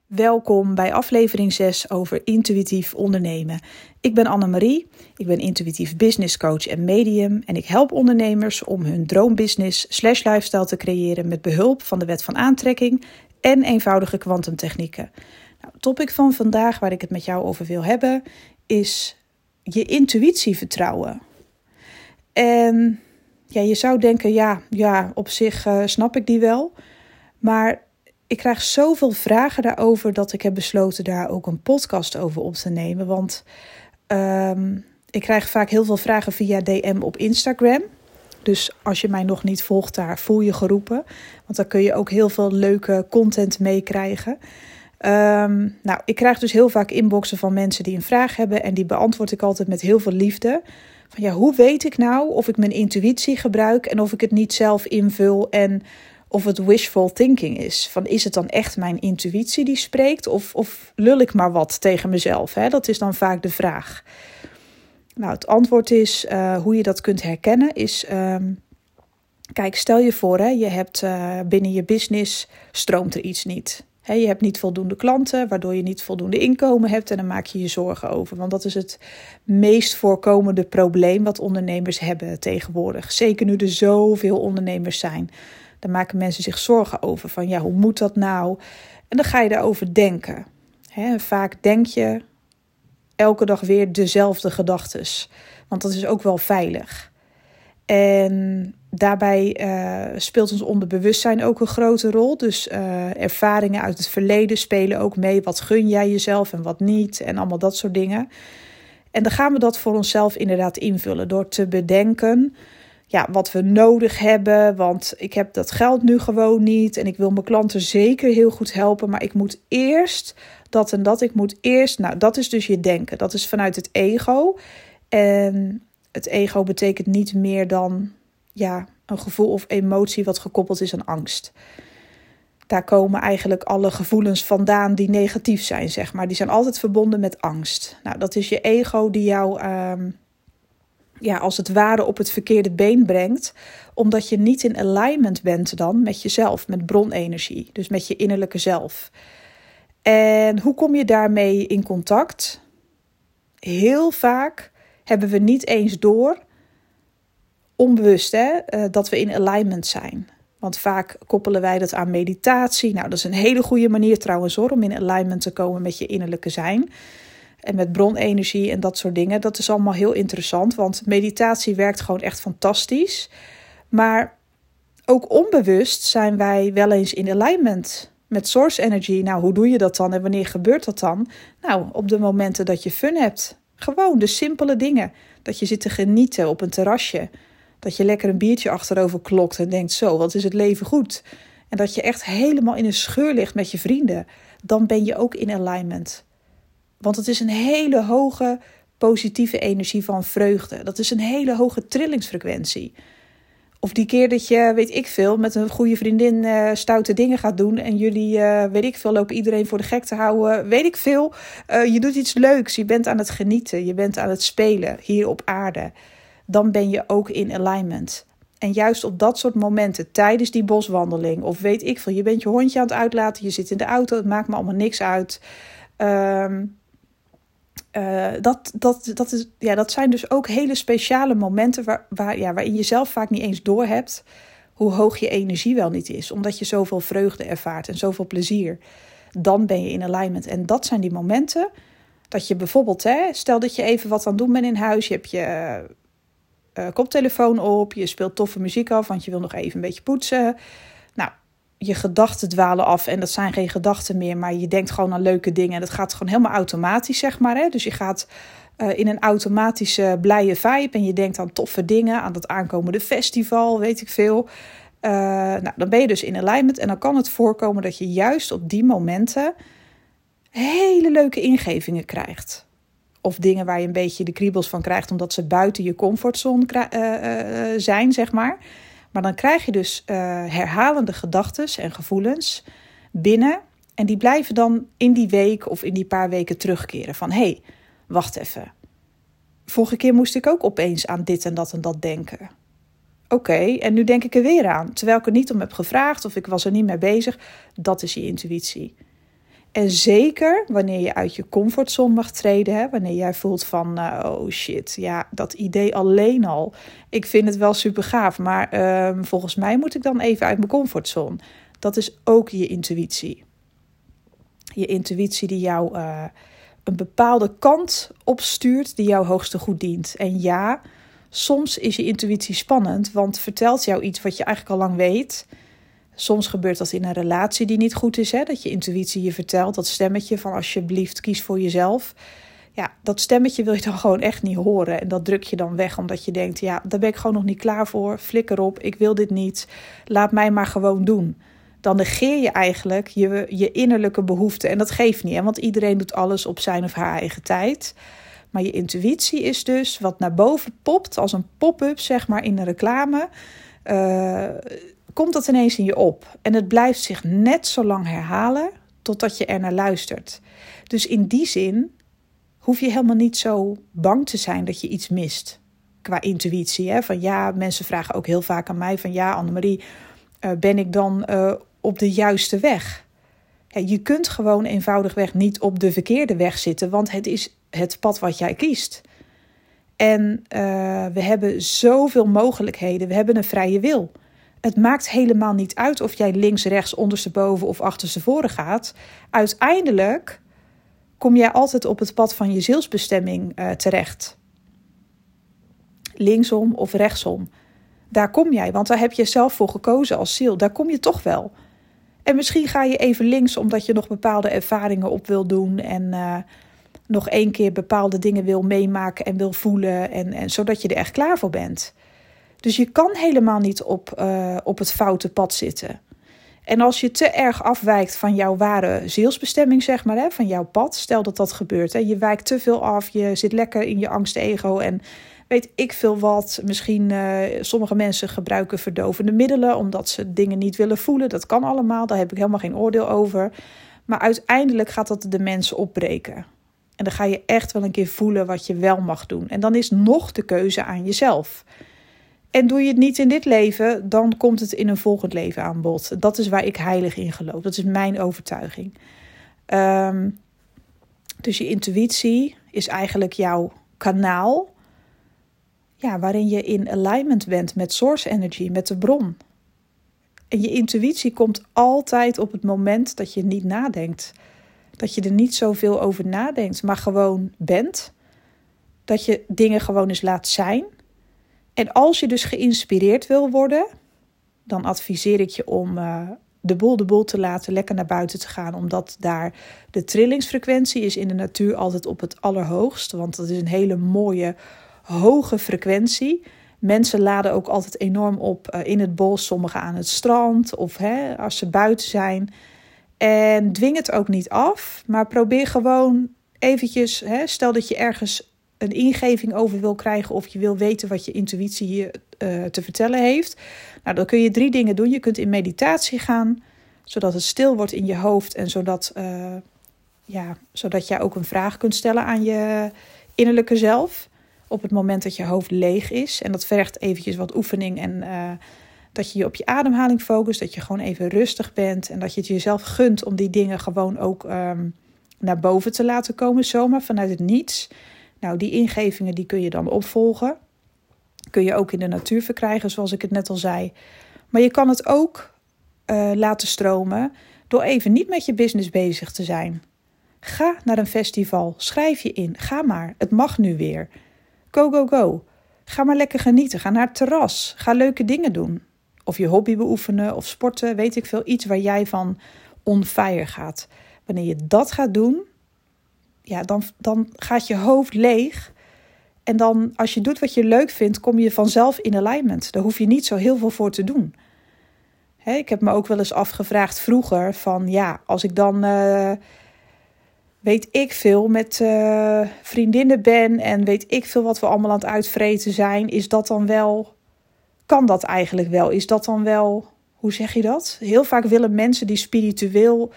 Welkom bij aflevering 6 over intuïtief ondernemen. Ik ben Annemarie, ik ben intuïtief business coach en medium en ik help ondernemers om hun droombusiness/lifestyle te creëren met behulp van de wet van aantrekking en eenvoudige kwantumtechnieken. Het topic van vandaag waar ik het met jou over wil hebben is je intuïtie vertrouwen. En je zou denken, ja, op zich snap ik die wel, maar ik krijg zoveel vragen daarover dat ik heb besloten daar ook een podcast over op te nemen. Want ik krijg vaak heel veel vragen via DM op Instagram. Dus als je mij nog niet volgt daar, voel je geroepen. Want dan kun je ook heel veel leuke content meekrijgen. Ik krijg dus heel vaak inboxen van mensen die een vraag hebben. En die beantwoord ik altijd met heel veel liefde. Van hoe weet ik nou of ik mijn intuïtie gebruik en of ik het niet zelf invul en of het wishful thinking is. Is het dan echt mijn intuïtie die spreekt of lul ik maar wat tegen mezelf? Hè? Dat is dan vaak de vraag. Nou, het antwoord is, hoe je dat kunt herkennen is, kijk, stel je voor, je hebt binnen je business stroomt er iets niet. Je hebt niet voldoende klanten, waardoor je niet voldoende inkomen hebt en dan maak je je zorgen over. Want dat is het meest voorkomende probleem wat ondernemers hebben tegenwoordig. Zeker nu er zoveel ondernemers zijn. Dan maken mensen zich zorgen over van hoe moet dat nou? En dan ga je daarover denken. Vaak denk je elke dag weer dezelfde gedachtes. Want dat is ook wel veilig. En daarbij speelt ons onderbewustzijn ook een grote rol. Dus ervaringen uit het verleden spelen ook mee. Wat gun jij jezelf en wat niet? En allemaal dat soort dingen. En dan gaan we dat voor onszelf inderdaad invullen. Door te bedenken wat we nodig hebben. Want ik heb dat geld nu gewoon niet. En ik wil mijn klanten zeker heel goed helpen. Maar ik moet eerst dat en dat. Ik moet eerst. Nou, dat is dus je denken. Dat is vanuit het ego. En het ego betekent niet meer dan een gevoel of emotie wat gekoppeld is aan angst. Daar komen eigenlijk alle gevoelens vandaan die negatief zijn, zeg maar. Die zijn altijd verbonden met angst. Nou, dat is je ego die jou als het ware op het verkeerde been brengt. Omdat je niet in alignment bent dan met jezelf, met bronenergie. Dus met je innerlijke zelf. En hoe kom je daarmee in contact? Heel vaak hebben we niet eens door, onbewust dat we in alignment zijn. Want vaak koppelen wij dat aan meditatie. Nou, dat is een hele goede manier trouwens om in alignment te komen met je innerlijke zijn. En met bronenergie en dat soort dingen. Dat is allemaal heel interessant, want meditatie werkt gewoon echt fantastisch. Maar ook onbewust zijn wij wel eens in alignment met source energy. Nou, hoe doe je dat dan en wanneer gebeurt dat dan? Nou, op de momenten dat je fun hebt. Gewoon de simpele dingen. Dat je zit te genieten op een terrasje. Dat je lekker een biertje achterover klokt en denkt zo, wat is het leven goed. En dat je echt helemaal in een scheur ligt met je vrienden. Dan ben je ook in alignment. Want het is een hele hoge positieve energie van vreugde. Dat is een hele hoge trillingsfrequentie. Of die keer dat je, weet ik veel, met een goede vriendin stoute dingen gaat doen. En jullie, lopen iedereen voor de gek te houden. Weet ik veel. Je doet iets leuks. Je bent aan het genieten. Je bent aan het spelen hier op aarde. Dan ben je ook in alignment. En juist op dat soort momenten, tijdens die boswandeling. Of weet ik veel, je bent je hondje aan het uitlaten. Je zit in de auto. Het maakt me allemaal niks uit. Dat zijn dus ook hele speciale momenten waarin je zelf vaak niet eens doorhebt hoe hoog je energie wel niet is. Omdat je zoveel vreugde ervaart en zoveel plezier. Dan ben je in alignment. En dat zijn die momenten dat je bijvoorbeeld, stel dat je even wat aan het doen bent in huis. Je hebt je koptelefoon op, je speelt toffe muziek af, want je wil nog even een beetje poetsen. Nou, je gedachten dwalen af en dat zijn geen gedachten meer, maar je denkt gewoon aan leuke dingen. En dat gaat gewoon helemaal automatisch, zeg maar. Dus je gaat in een automatische blije vibe en je denkt aan toffe dingen, aan dat aankomende festival, weet ik veel. Dan ben je dus in alignment en dan kan het voorkomen dat je juist op die momenten hele leuke ingevingen krijgt. Of dingen waar je een beetje de kriebels van krijgt, omdat ze buiten je comfortzone zijn, zeg maar. Maar dan krijg je dus herhalende gedachten en gevoelens binnen. En die blijven dan in die week of in die paar weken terugkeren. Van, hé, wacht even. Vorige keer moest ik ook opeens aan dit en dat denken. Oké, en nu denk ik er weer aan. Terwijl ik er niet om heb gevraagd of ik was er niet mee bezig. Dat is je intuïtie. En zeker wanneer je uit je comfortzone mag treden. Hè, wanneer jij voelt van, oh shit, ja, dat idee alleen al. Ik vind het wel super gaaf, maar volgens mij moet ik dan even uit mijn comfortzone. Dat is ook je intuïtie. Je intuïtie die jou een bepaalde kant opstuurt die jouw hoogste goed dient. En ja, soms is je intuïtie spannend, want vertelt jou iets wat je eigenlijk al lang weet. Soms gebeurt dat in een relatie die niet goed is. Hè? Dat je intuïtie je vertelt, dat stemmetje van alsjeblieft kies voor jezelf. Ja, dat stemmetje wil je dan gewoon echt niet horen. En dat druk je dan weg omdat je denkt, ja, daar ben ik gewoon nog niet klaar voor. Flikker op, ik wil dit niet. Laat mij maar gewoon doen. Dan negeer je eigenlijk je innerlijke behoeften. En dat geeft niet, hè? Want iedereen doet alles op zijn of haar eigen tijd. Maar je intuïtie is dus wat naar boven popt, als een pop-up zeg maar in een reclame. Komt dat ineens in je op. En het blijft zich net zo lang herhalen totdat je er naar luistert. Dus in die zin hoef je helemaal niet zo bang te zijn dat je iets mist. Qua intuïtie. Hè? Van ja, mensen vragen ook heel vaak aan mij van ja, Annemarie, ben ik dan op de juiste weg? Ja, je kunt gewoon eenvoudigweg niet op de verkeerde weg zitten, want het is het pad wat jij kiest. En we hebben zoveel mogelijkheden. We hebben een vrije wil. Het maakt helemaal niet uit of jij links, rechts, ondersteboven of achterstevoren gaat. Uiteindelijk kom jij altijd op het pad van je zielsbestemming terecht. Linksom of rechtsom. Daar kom jij, want daar heb je zelf voor gekozen als ziel. Daar kom je toch wel. En misschien ga je even links omdat je nog bepaalde ervaringen op wil doen en nog 1 keer bepaalde dingen wil meemaken en wil voelen en zodat je er echt klaar voor bent. Dus je kan helemaal niet op het foute pad zitten. En als je te erg afwijkt van jouw ware zielsbestemming, zeg maar, hè, van jouw pad, stel dat dat gebeurt. Hè, je wijkt te veel af, je zit lekker in je angst-ego en weet ik veel wat. Misschien sommige mensen gebruiken verdovende middelen omdat ze dingen niet willen voelen. Dat kan allemaal, daar heb ik helemaal geen oordeel over. Maar uiteindelijk gaat dat de mensen opbreken. En dan ga je echt wel een keer voelen wat je wel mag doen. En dan is nog de keuze aan jezelf. En doe je het niet in dit leven, dan komt het in een volgend leven aan bod. Dat is waar ik heilig in geloof. Dat is mijn overtuiging. Dus je intuïtie is eigenlijk jouw kanaal, ja, waarin je in alignment bent met source energy, met de bron. En je intuïtie komt altijd op het moment dat je niet nadenkt. Dat je er niet zoveel over nadenkt, maar gewoon bent. Dat je dingen gewoon eens laat zijn. En als je dus geïnspireerd wil worden, dan adviseer ik je om de boel te laten, lekker naar buiten te gaan. Omdat daar de trillingsfrequentie is in de natuur altijd op het allerhoogst. Want dat is een hele mooie, hoge frequentie. Mensen laden ook altijd enorm op in het bos, sommigen aan het strand of als ze buiten zijn. En dwing het ook niet af, maar probeer gewoon eventjes, stel dat je ergens een ingeving over wil krijgen of je wil weten wat je intuïtie je te vertellen heeft. Nou, dan kun je 3 dingen doen. Je kunt in meditatie gaan, zodat het stil wordt in je hoofd en zodat jij ook een vraag kunt stellen aan je innerlijke zelf op het moment dat je hoofd leeg is. En dat vergt eventjes wat oefening en dat je op je ademhaling focust, dat je gewoon even rustig bent en dat je het jezelf gunt om die dingen gewoon ook naar boven te laten komen, zomaar vanuit het niets. Nou, die ingevingen die kun je dan opvolgen. Kun je ook in de natuur verkrijgen, zoals ik het net al zei. Maar je kan het ook laten stromen door even niet met je business bezig te zijn. Ga naar een festival, schrijf je in, ga maar, het mag nu weer. Go, go, go. Ga maar lekker genieten, ga naar het terras, ga leuke dingen doen. Of je hobby beoefenen of sporten, weet ik veel, iets waar jij van on fire gaat. Wanneer je dat gaat doen, ja, dan gaat je hoofd leeg. En dan, als je doet wat je leuk vindt, kom je vanzelf in alignment. Daar hoef je niet zo heel veel voor te doen. Ik heb me ook wel eens afgevraagd vroeger van, ja, als ik dan, weet ik veel, met vriendinnen ben en weet ik veel wat we allemaal aan het uitvreten zijn, is dat dan wel, kan dat eigenlijk wel? Is dat dan wel, hoe zeg je dat? Heel vaak willen mensen die spiritueel,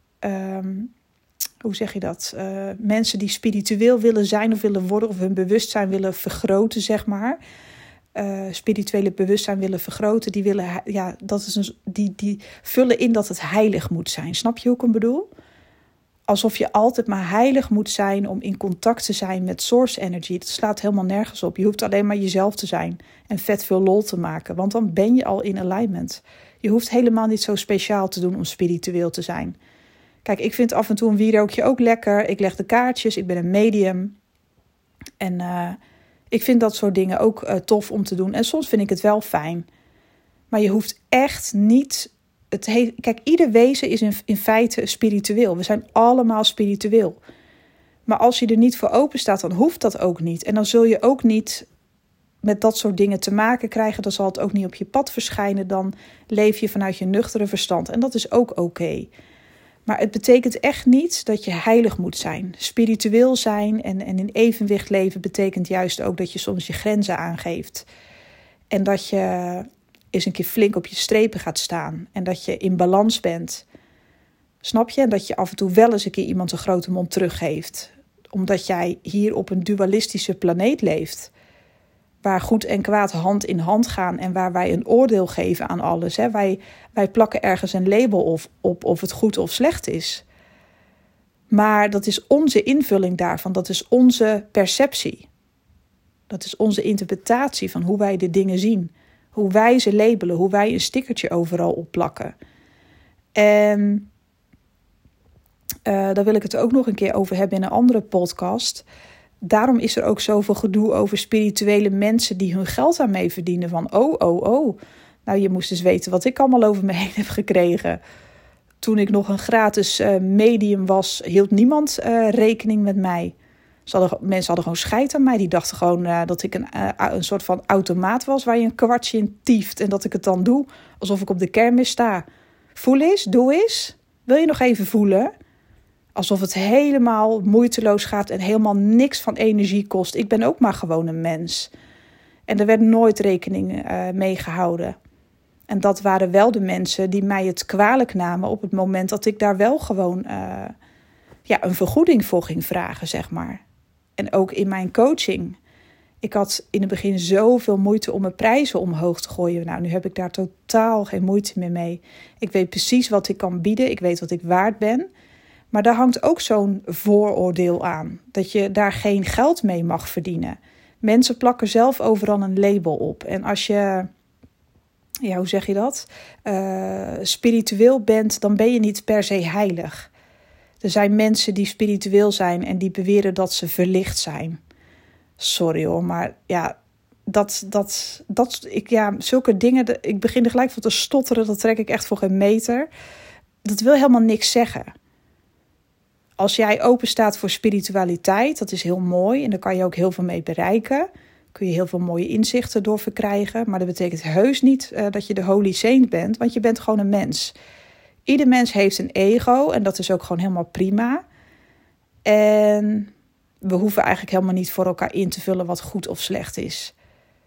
mensen die spiritueel willen zijn of willen worden of hun bewustzijn willen vergroten, zeg maar. Spirituele bewustzijn willen vergroten, die willen, ja, dat is die vullen in dat het heilig moet zijn. Snap je hoe ik hem bedoel? alsof je altijd maar heilig moet zijn om in contact te zijn met source energy. Dat slaat helemaal nergens op. Je hoeft alleen maar jezelf te zijn en vet veel lol te maken, want dan ben je al in alignment. Je hoeft helemaal niet zo speciaal te doen om spiritueel te zijn. Kijk, ik vind af en toe een wierookje ook lekker. Ik leg de kaartjes, ik ben een medium. En ik vind dat soort dingen ook tof om te doen. En soms vind ik het wel fijn. Maar je hoeft echt niet... Kijk, ieder wezen is in feite spiritueel. We zijn allemaal spiritueel. Maar als je er niet voor open staat, dan hoeft dat ook niet. En dan zul je ook niet met dat soort dingen te maken krijgen. Dan zal het ook niet op je pad verschijnen. Dan leef je vanuit je nuchtere verstand. En dat is ook oké. Maar het betekent echt niet dat je heilig moet zijn. Spiritueel zijn en in evenwicht leven betekent juist ook dat je soms je grenzen aangeeft. En dat je eens een keer flink op je strepen gaat staan. En dat je in balans bent. Snap je? En dat je af en toe wel eens een keer iemand een grote mond teruggeeft. Omdat jij hier op een dualistische planeet leeft. Waar goed en kwaad hand in hand gaan en waar wij een oordeel geven aan alles. Hè. Wij plakken ergens een label op of het goed of slecht is. Maar dat is onze invulling daarvan, dat is onze perceptie. Dat is onze interpretatie van hoe wij de dingen zien. Hoe wij ze labelen, hoe wij een stickertje overal opplakken. En daar wil ik het ook nog een keer over hebben in een andere podcast. Daarom is er ook zoveel gedoe over spirituele mensen die hun geld daarmee verdienen. Van nou je moest eens weten wat ik allemaal over me heen heb gekregen. Toen ik nog een gratis medium was, hield niemand rekening met mij. Mensen hadden gewoon scheid aan mij. Die dachten gewoon dat ik een soort van automaat was waar je een kwartje in tieft. En dat ik het dan doe alsof ik op de kermis sta. Voel eens, doe eens. Wil je nog even voelen? Alsof het helemaal moeiteloos gaat en helemaal niks van energie kost. Ik ben ook maar gewoon een mens. En er werd nooit rekening mee gehouden. En dat waren wel de mensen die mij het kwalijk namen op het moment dat ik daar wel gewoon een vergoeding voor ging vragen, zeg maar. En ook in mijn coaching. Ik had in het begin zoveel moeite om mijn prijzen omhoog te gooien. Nou, nu heb ik daar totaal geen moeite meer mee. Ik weet precies wat ik kan bieden. Ik weet wat ik waard ben. Maar daar hangt ook zo'n vooroordeel aan. Dat je daar geen geld mee mag verdienen. Mensen plakken zelf overal een label op. En als je, hoe zeg je dat? Spiritueel bent, dan ben je niet per se heilig. Er zijn mensen die spiritueel zijn en die beweren dat ze verlicht zijn. Sorry hoor, maar ja, zulke dingen, ik begin er gelijk van te stotteren, dat trek ik echt voor geen meter. Dat wil helemaal niks zeggen. Als jij open staat voor spiritualiteit, dat is heel mooi en daar kan je ook heel veel mee bereiken. Kun je heel veel mooie inzichten door verkrijgen, maar dat betekent heus niet dat je de holy saint bent, want je bent gewoon een mens. Ieder mens heeft een ego en dat is ook gewoon helemaal prima. En we hoeven eigenlijk helemaal niet voor elkaar in te vullen wat goed of slecht is.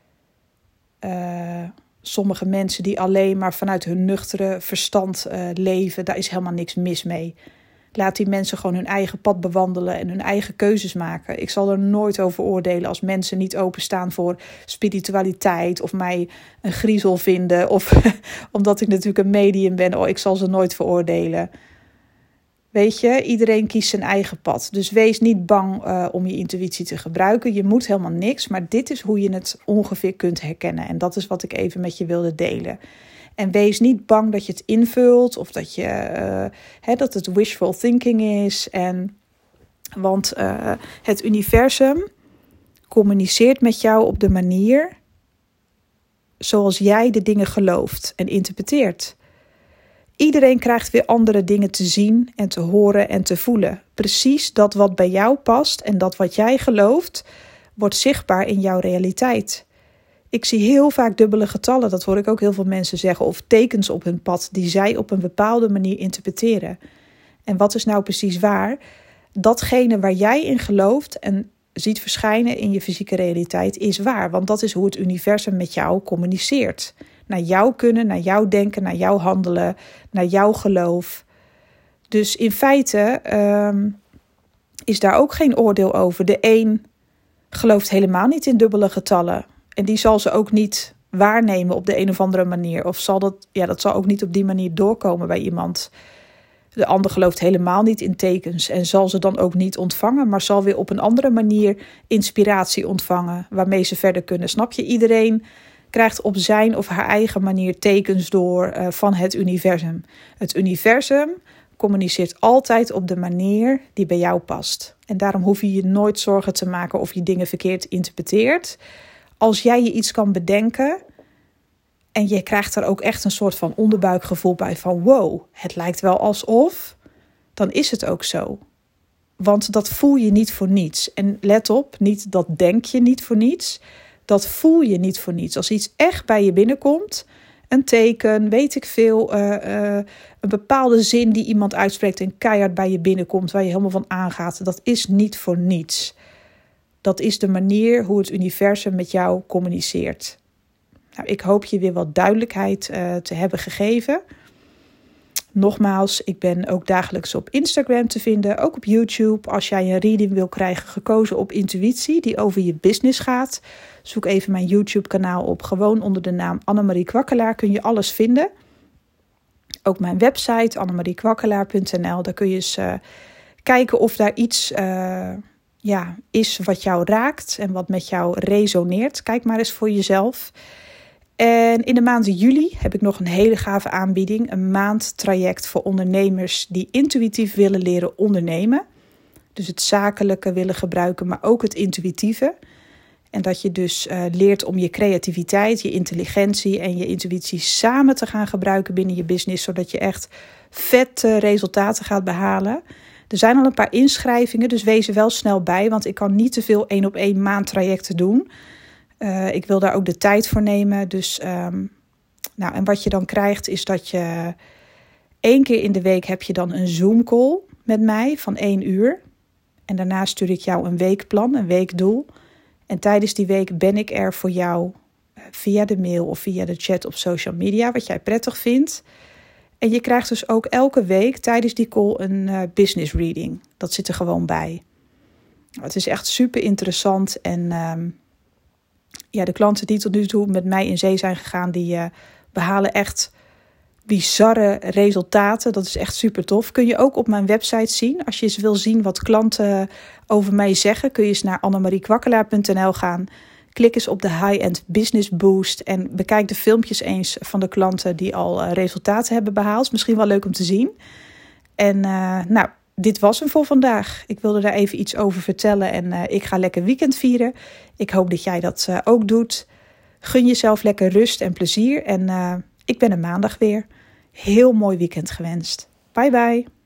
Sommige mensen die alleen maar vanuit hun nuchtere verstand leven, daar is helemaal niks mis mee. Laat die mensen gewoon hun eigen pad bewandelen en hun eigen keuzes maken. Ik zal er nooit over oordelen als mensen niet openstaan voor spiritualiteit of mij een griezel vinden. Of omdat ik natuurlijk een medium ben, ik zal ze nooit veroordelen. Weet je, iedereen kiest zijn eigen pad. Dus wees niet bang om je intuïtie te gebruiken. Je moet helemaal niks, maar dit is hoe je het ongeveer kunt herkennen. En dat is wat ik even met je wilde delen. En wees niet bang dat je het invult of dat dat het wishful thinking is. Want het universum communiceert met jou op de manier zoals jij de dingen gelooft en interpreteert. Iedereen krijgt weer andere dingen te zien en te horen en te voelen. Precies dat wat bij jou past en dat wat jij gelooft, wordt zichtbaar in jouw realiteit. Ik zie heel vaak dubbele getallen, dat hoor ik ook heel veel mensen zeggen, of tekens op hun pad die zij op een bepaalde manier interpreteren. En wat is nou precies waar? Datgene waar jij in gelooft en ziet verschijnen in je fysieke realiteit is waar, want dat is hoe het universum met jou communiceert. Naar jouw kunnen, naar jouw denken, naar jouw handelen, naar jouw geloof. Dus in feite is daar ook geen oordeel over. De een gelooft helemaal niet in dubbele getallen. En die zal ze ook niet waarnemen op de een of andere manier. Of dat zal ook niet op die manier doorkomen bij iemand. De ander gelooft helemaal niet in tekens en zal ze dan ook niet ontvangen, maar zal weer op een andere manier inspiratie ontvangen waarmee ze verder kunnen. Snap je? Iedereen krijgt op zijn of haar eigen manier tekens door van het universum. Het universum communiceert altijd op de manier die bij jou past. En daarom hoef je je nooit zorgen te maken of je dingen verkeerd interpreteert. Als jij je iets kan bedenken en je krijgt er ook echt een soort van onderbuikgevoel bij van wow, het lijkt wel alsof, dan is het ook zo. Want dat voel je niet voor niets. En let op, niet dat denk je niet voor niets. Dat voel je niet voor niets. Als iets echt bij je binnenkomt, een teken, weet ik veel, een bepaalde zin die iemand uitspreekt en keihard bij je binnenkomt, waar je helemaal van aangaat, dat is niet voor niets. Dat is de manier hoe het universum met jou communiceert. Nou, ik hoop je weer wat duidelijkheid te hebben gegeven. Nogmaals, ik ben ook dagelijks op Instagram te vinden, ook op YouTube. Als jij een reading wil krijgen, gekozen op intuïtie, die over je business gaat, zoek even mijn YouTube kanaal op. Gewoon onder de naam Annemarie Kwakkelaar kun je alles vinden. Ook mijn website annemariekwakkelaar.nl. Daar kun je eens kijken of daar iets is wat jou raakt en wat met jou resoneert. Kijk maar eens voor jezelf. En in de maand juli heb ik nog een hele gave aanbieding. Een maandtraject voor ondernemers die intuïtief willen leren ondernemen. Dus het zakelijke willen gebruiken, maar ook het intuïtieve. En dat je dus leert om je creativiteit, je intelligentie en je intuïtie samen te gaan gebruiken binnen je business. Zodat je echt vette resultaten gaat behalen. Er zijn al een paar inschrijvingen, dus wees er wel snel bij. Want ik kan niet te veel 1-op-1 maandtrajecten doen. Ik wil daar ook de tijd voor nemen. Dus, en wat je dan krijgt is dat je 1 keer in de week heb je dan een Zoom call met mij van 1 uur. En daarna stuur ik jou een weekplan, een weekdoel. En tijdens die week ben ik er voor jou via de mail of via de chat op social media, wat jij prettig vindt. En je krijgt dus ook elke week tijdens die call een business reading. Dat zit er gewoon bij. Het is echt super interessant en de klanten die tot nu toe met mij in zee zijn gegaan, die behalen echt bizarre resultaten. Dat is echt super tof. Kun je ook op mijn website zien. Als je eens wil zien wat klanten over mij zeggen, kun je eens naar annemariekwakkelaar.nl gaan. Klik eens op de High-End Business Boost en bekijk de filmpjes eens van de klanten die al resultaten hebben behaald. Misschien wel leuk om te zien. En dit was hem voor vandaag. Ik wilde daar even iets over vertellen en ik ga lekker weekend vieren. Ik hoop dat jij dat ook doet. Gun jezelf lekker rust en plezier en ik ben er maandag weer. Heel mooi weekend gewenst. Bye bye.